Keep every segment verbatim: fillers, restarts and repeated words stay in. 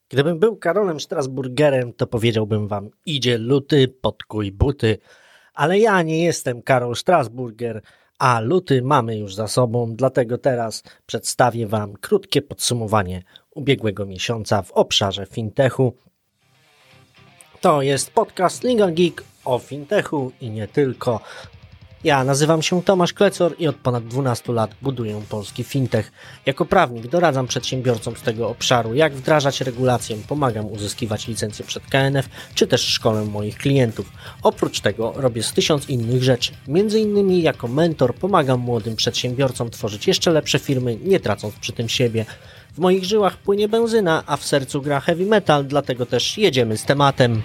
Gdybym był Karolem Strasburgerem, to powiedziałbym wam: idzie luty, podkuj buty. Ale ja nie jestem Karol Strasburger, a luty mamy już za sobą, dlatego teraz przedstawię wam krótkie podsumowanie ubiegłego miesiąca w obszarze fintechu. To jest podcast Legal Geek o fintechu i nie tylko. Ja nazywam się Tomasz Klecor i od ponad dwunastu lat buduję polski fintech. Jako prawnik doradzam przedsiębiorcom z tego obszaru, jak wdrażać regulacje, pomagam uzyskiwać licencję przed K N F, czy też szkolę moich klientów. Oprócz tego robię z tysiąc innych rzeczy. Między innymi jako mentor pomagam młodym przedsiębiorcom tworzyć jeszcze lepsze firmy, nie tracąc przy tym siebie. W moich żyłach płynie benzyna, a w sercu gra heavy metal, dlatego też jedziemy z tematem.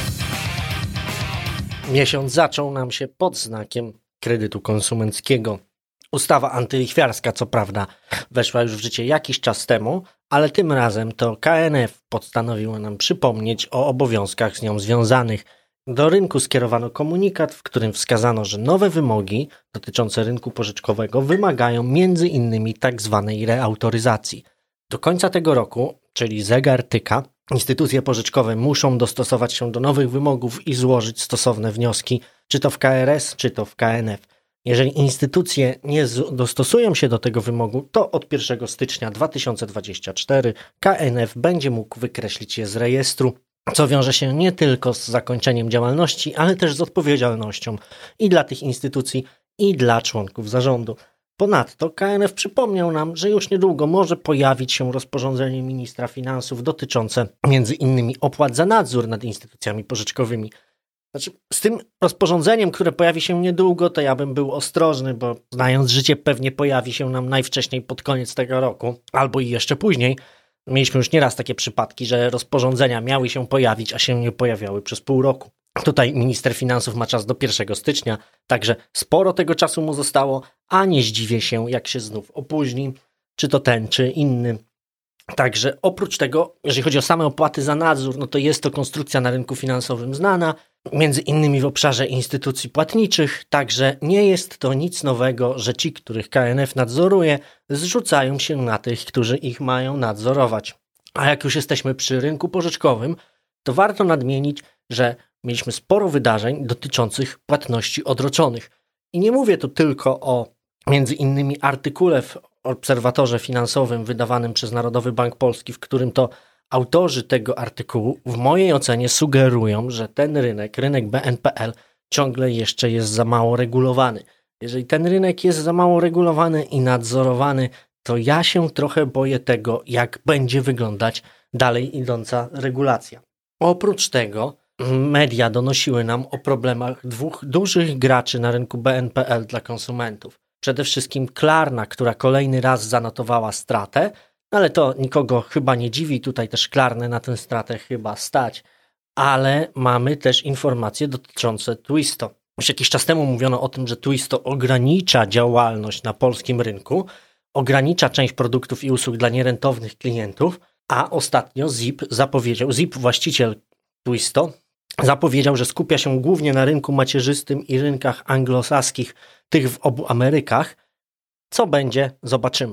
Miesiąc zaczął nam się pod znakiem kredytu konsumenckiego. Ustawa antylichwiarska, co prawda, weszła już w życie jakiś czas temu, ale tym razem to K N F postanowiło nam przypomnieć o obowiązkach z nią związanych. Do rynku skierowano komunikat, w którym wskazano, że nowe wymogi dotyczące rynku pożyczkowego wymagają między innymi tak zwanej reautoryzacji. Do końca tego roku, czyli zegar tyka, instytucje pożyczkowe muszą dostosować się do nowych wymogów i złożyć stosowne wnioski, czy to w K R S, czy to w K N F. Jeżeli instytucje nie dostosują się do tego wymogu, to od pierwszego stycznia dwa tysiące dwudziestego czwartego K N F będzie mógł wykreślić je z rejestru, co wiąże się nie tylko z zakończeniem działalności, ale też z odpowiedzialnością i dla tych instytucji, i dla członków zarządu. Ponadto K N F przypomniał nam, że już niedługo może pojawić się rozporządzenie ministra finansów dotyczące między innymi opłat za nadzór nad instytucjami pożyczkowymi. Znaczy, z tym rozporządzeniem, które pojawi się niedługo, to ja bym był ostrożny, bo znając życie pewnie pojawi się nam najwcześniej pod koniec tego roku, albo i jeszcze później. Mieliśmy już nieraz takie przypadki, że rozporządzenia miały się pojawić, a się nie pojawiały przez pół roku. Tutaj minister finansów ma czas do pierwszego stycznia, także sporo tego czasu mu zostało, a nie zdziwię się, jak się znów opóźni, czy to ten, czy inny. Także oprócz tego, jeżeli chodzi o same opłaty za nadzór, no to jest to konstrukcja na rynku finansowym znana, między innymi w obszarze instytucji płatniczych, także nie jest to nic nowego, że ci, których K N F nadzoruje, zrzucają się na tych, którzy ich mają nadzorować. A jak już jesteśmy przy rynku pożyczkowym, to warto nadmienić, że mieliśmy sporo wydarzeń dotyczących płatności odroczonych. I nie mówię tu tylko o między innymi artykule w Obserwatorze Finansowym wydawanym przez Narodowy Bank Polski, w którym to autorzy tego artykułu w mojej ocenie sugerują, że ten rynek, rynek B N P L ciągle jeszcze jest za mało regulowany. Jeżeli ten rynek jest za mało regulowany i nadzorowany, to ja się trochę boję tego, jak będzie wyglądać dalej idąca regulacja. Oprócz tego media donosiły nam o problemach dwóch dużych graczy na rynku B N P L dla konsumentów. Przede wszystkim Klarna, która kolejny raz zanotowała stratę, ale to nikogo chyba nie dziwi, tutaj też Klarnę na tę stratę chyba stać. Ale mamy też informacje dotyczące Twisto. Już jakiś czas temu mówiono o tym, że Twisto ogranicza działalność na polskim rynku, ogranicza część produktów i usług dla nierentownych klientów, a ostatnio Zip zapowiedział, Zip, właściciel Twisto, zapowiedział, że skupia się głównie na rynku macierzystym i rynkach anglosaskich, tych w obu Amerykach. Co będzie, zobaczymy.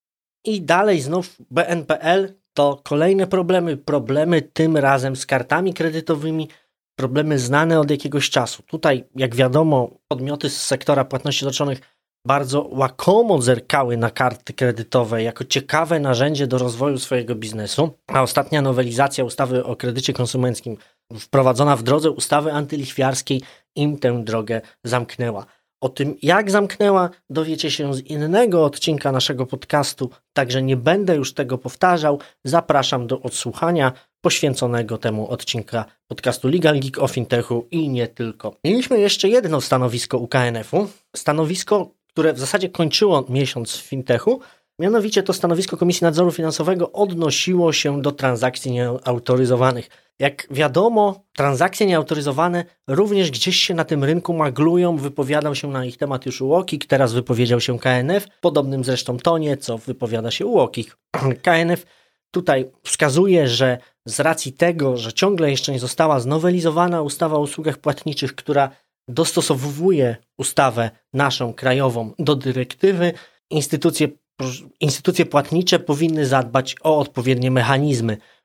I dalej znów B N P L to kolejne problemy, problemy tym razem z kartami kredytowymi, problemy znane od jakiegoś czasu. Tutaj, jak wiadomo, podmioty z sektora płatności odroczonych bardzo łakomo zerkały na karty kredytowe jako ciekawe narzędzie do rozwoju swojego biznesu, a ostatnia nowelizacja ustawy o kredycie konsumenckim wprowadzona w drodze ustawy antylichwiarskiej im tę drogę zamknęła. O tym, jak zamknęła, dowiecie się z innego odcinka naszego podcastu, także nie będę już tego powtarzał. Zapraszam do odsłuchania poświęconego temu odcinka podcastu Legal Geek o fintechu i nie tylko. Mieliśmy jeszcze jedno stanowisko u K N F-u, stanowisko, które w zasadzie kończyło miesiąc w fintechu, mianowicie to stanowisko Komisji Nadzoru Finansowego odnosiło się do transakcji nieautoryzowanych. Jak wiadomo, transakcje nieautoryzowane również gdzieś się na tym rynku maglują, wypowiadał się na ich temat już UOKiK, teraz wypowiedział się K N F, w podobnym zresztą tonie, co wypowiada się UOKiK. K N F tutaj wskazuje, że z racji tego, że ciągle jeszcze nie została znowelizowana ustawa o usługach płatniczych, która dostosowuje ustawę naszą krajową do dyrektywy, instytucje, instytucje płatnicze powinny zadbać o odpowiednie mechanizmy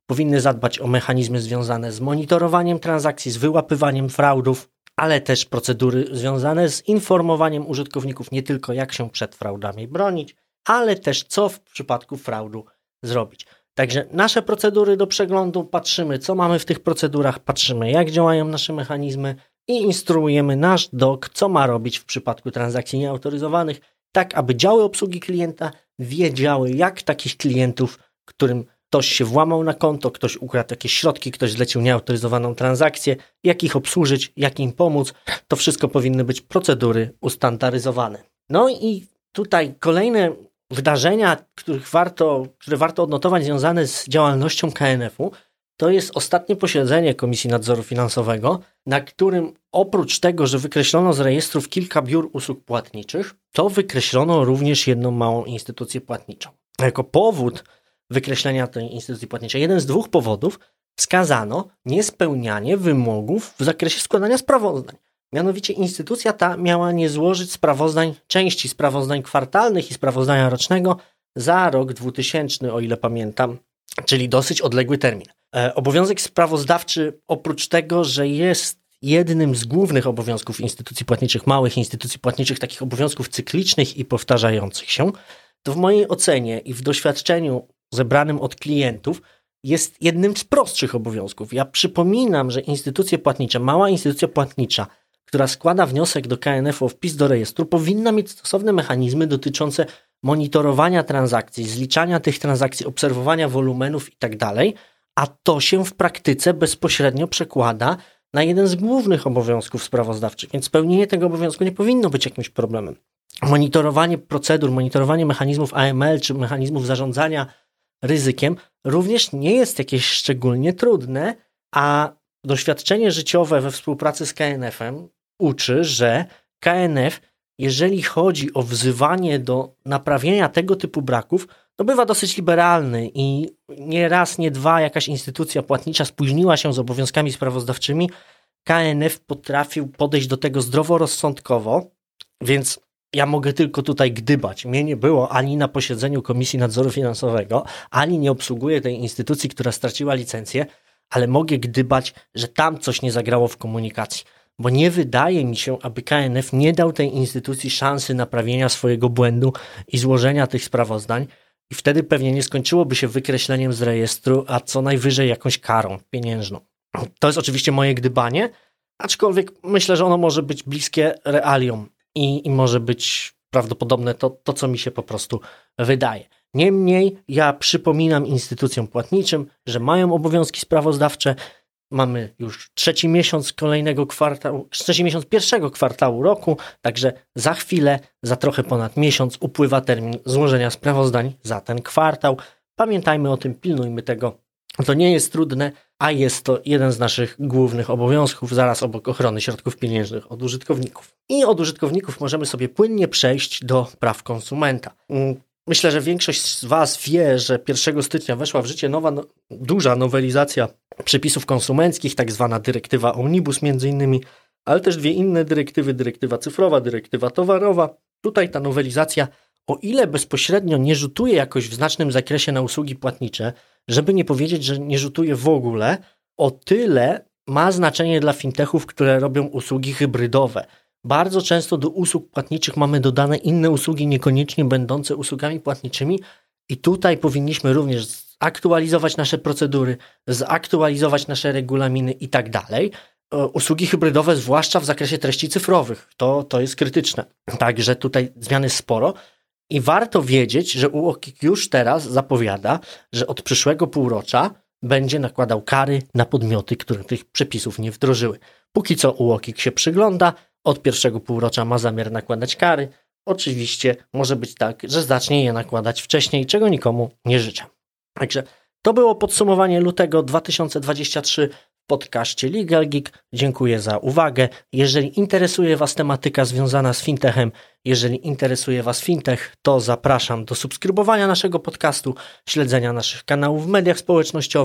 powinny zadbać o mechanizmy związane z monitorowaniem transakcji, z wyłapywaniem fraudów, ale też procedury związane z informowaniem użytkowników nie tylko jak się przed fraudami bronić, ale też co w przypadku fraudu zrobić. Także nasze procedury do przeglądu, patrzymy co mamy w tych procedurach, patrzymy jak działają nasze mechanizmy i instruujemy nasz D O C, co ma robić w przypadku transakcji nieautoryzowanych, tak aby działy obsługi klienta wiedziały jak takich klientów, którym ktoś się włamał na konto, ktoś ukradł jakieś środki, ktoś zlecił nieautoryzowaną transakcję, jak ich obsłużyć, jak im pomóc. To wszystko powinny być procedury ustandaryzowane. No i tutaj kolejne wydarzenia, których warto, które warto odnotować związane z działalnością K N F u, to jest ostatnie posiedzenie Komisji Nadzoru Finansowego, na którym oprócz tego, że wykreślono z rejestrów kilka biur usług płatniczych, to wykreślono również jedną małą instytucję płatniczą. Jako powód wykreślenia tej instytucji płatniczej, jeden z dwóch powodów, wskazano niespełnianie wymogów w zakresie składania sprawozdań. Mianowicie instytucja ta miała nie złożyć sprawozdań, części sprawozdań kwartalnych i sprawozdania rocznego za rok dwutysięczny, o ile pamiętam, czyli dosyć odległy termin. E, obowiązek sprawozdawczy, oprócz tego, że jest jednym z głównych obowiązków instytucji płatniczych, małych instytucji płatniczych, takich obowiązków cyklicznych i powtarzających się, to w mojej ocenie i w doświadczeniu zebranym od klientów jest jednym z prostszych obowiązków. Ja przypominam, że instytucje płatnicze, mała instytucja płatnicza, która składa wniosek do K N F u o wpis do rejestru, powinna mieć stosowne mechanizmy dotyczące monitorowania transakcji, zliczania tych transakcji, obserwowania wolumenów itd., a to się w praktyce bezpośrednio przekłada na jeden z głównych obowiązków sprawozdawczych, więc spełnienie tego obowiązku nie powinno być jakimś problemem. Monitorowanie procedur, monitorowanie mechanizmów A M L czy mechanizmów zarządzania ryzykiem również nie jest jakieś szczególnie trudne, a doświadczenie życiowe we współpracy z K N F em uczy, że K N F, jeżeli chodzi o wzywanie do naprawienia tego typu braków, to bywa dosyć liberalny i nie raz, nie dwa jakaś instytucja płatnicza spóźniła się z obowiązkami sprawozdawczymi. K N F potrafił podejść do tego zdroworozsądkowo, więc ja mogę tylko tutaj gdybać. Mnie nie było ani na posiedzeniu Komisji Nadzoru Finansowego, ani nie obsługuję tej instytucji, która straciła licencję, ale mogę gdybać, że tam coś nie zagrało w komunikacji. Bo nie wydaje mi się, aby K N F nie dał tej instytucji szansy naprawienia swojego błędu i złożenia tych sprawozdań i wtedy pewnie nie skończyłoby się wykreśleniem z rejestru, a co najwyżej jakąś karą pieniężną. To jest oczywiście moje gdybanie, aczkolwiek myślę, że ono może być bliskie realiom i, i może być prawdopodobne to, to, co mi się po prostu wydaje. Niemniej ja przypominam instytucjom płatniczym, że mają obowiązki sprawozdawcze. Mamy już trzeci miesiąc kolejnego kwartału, trzeci miesiąc pierwszego kwartału roku, także za chwilę, za trochę ponad miesiąc upływa termin złożenia sprawozdań za ten kwartał. Pamiętajmy o tym, pilnujmy tego. To nie jest trudne, a jest to jeden z naszych głównych obowiązków, zaraz obok ochrony środków pieniężnych od użytkowników. I od użytkowników możemy sobie płynnie przejść do praw konsumenta. Myślę, że większość z Was wie, że pierwszego stycznia weszła w życie nowa, no, duża nowelizacja przepisów konsumenckich, tak zwana dyrektywa Omnibus między innymi, ale też dwie inne dyrektywy, dyrektywa cyfrowa, dyrektywa towarowa. Tutaj ta nowelizacja, o ile bezpośrednio nie rzutuje jakoś w znacznym zakresie na usługi płatnicze, żeby nie powiedzieć, że nie rzutuje w ogóle, o tyle ma znaczenie dla fintechów, które robią usługi hybrydowe. Bardzo często do usług płatniczych mamy dodane inne usługi, niekoniecznie będące usługami płatniczymi i tutaj powinniśmy również zaktualizować nasze procedury, zaktualizować nasze regulaminy i tak dalej. Usługi hybrydowe, zwłaszcza w zakresie treści cyfrowych, to, to jest krytyczne. Także tutaj zmian jest sporo i warto wiedzieć, że U O K I K już teraz zapowiada, że od przyszłego półrocza będzie nakładał kary na podmioty, które tych przepisów nie wdrożyły. Póki co U O K I K się przygląda, od pierwszego półrocza ma zamiar nakładać kary. Oczywiście może być tak, że zacznie je nakładać wcześniej, czego nikomu nie życzę. Także to było podsumowanie lutego dwa tysiące dwudziestego trzeciego w podcaście Legal Geek. Dziękuję za uwagę. Jeżeli interesuje Was tematyka związana z fintechem, jeżeli interesuje Was fintech, to zapraszam do subskrybowania naszego podcastu, śledzenia naszych kanałów w mediach społecznościowych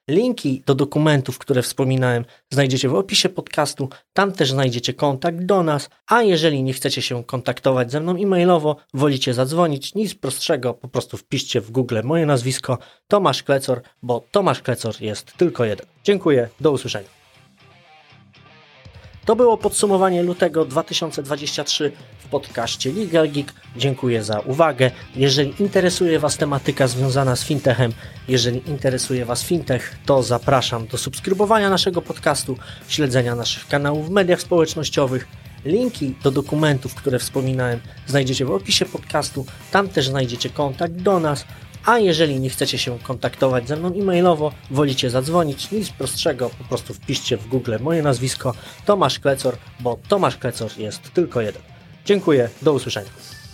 Linki do dokumentów, które wspominałem, znajdziecie w opisie podcastu. Tam też znajdziecie kontakt do nas, a jeżeli nie chcecie się kontaktować ze mną e-mailowo, wolicie zadzwonić, nic prostszego, po prostu wpiszcie w Google moje nazwisko Tomasz Klecor, bo Tomasz Klecor jest tylko jeden. Dziękuję, do usłyszenia. To było podsumowanie lutego dwa tysiące dwudziestego trzeciego w podcaście Legal Geek. Dziękuję za uwagę. Jeżeli interesuje Was tematyka związana z fintechem, jeżeli interesuje Was fintech, to zapraszam do subskrybowania naszego podcastu, śledzenia naszych kanałów w mediach społecznościowych. Linki do dokumentów, które wspominałem, znajdziecie w opisie podcastu. Tam też znajdziecie kontakt do nas. A jeżeli nie chcecie się kontaktować ze mną e-mailowo, wolicie zadzwonić, nic prostszego, po prostu wpiszcie w Google moje nazwisko Tomasz Klecor, bo Tomasz Klecor jest tylko jeden. Dziękuję, do usłyszenia.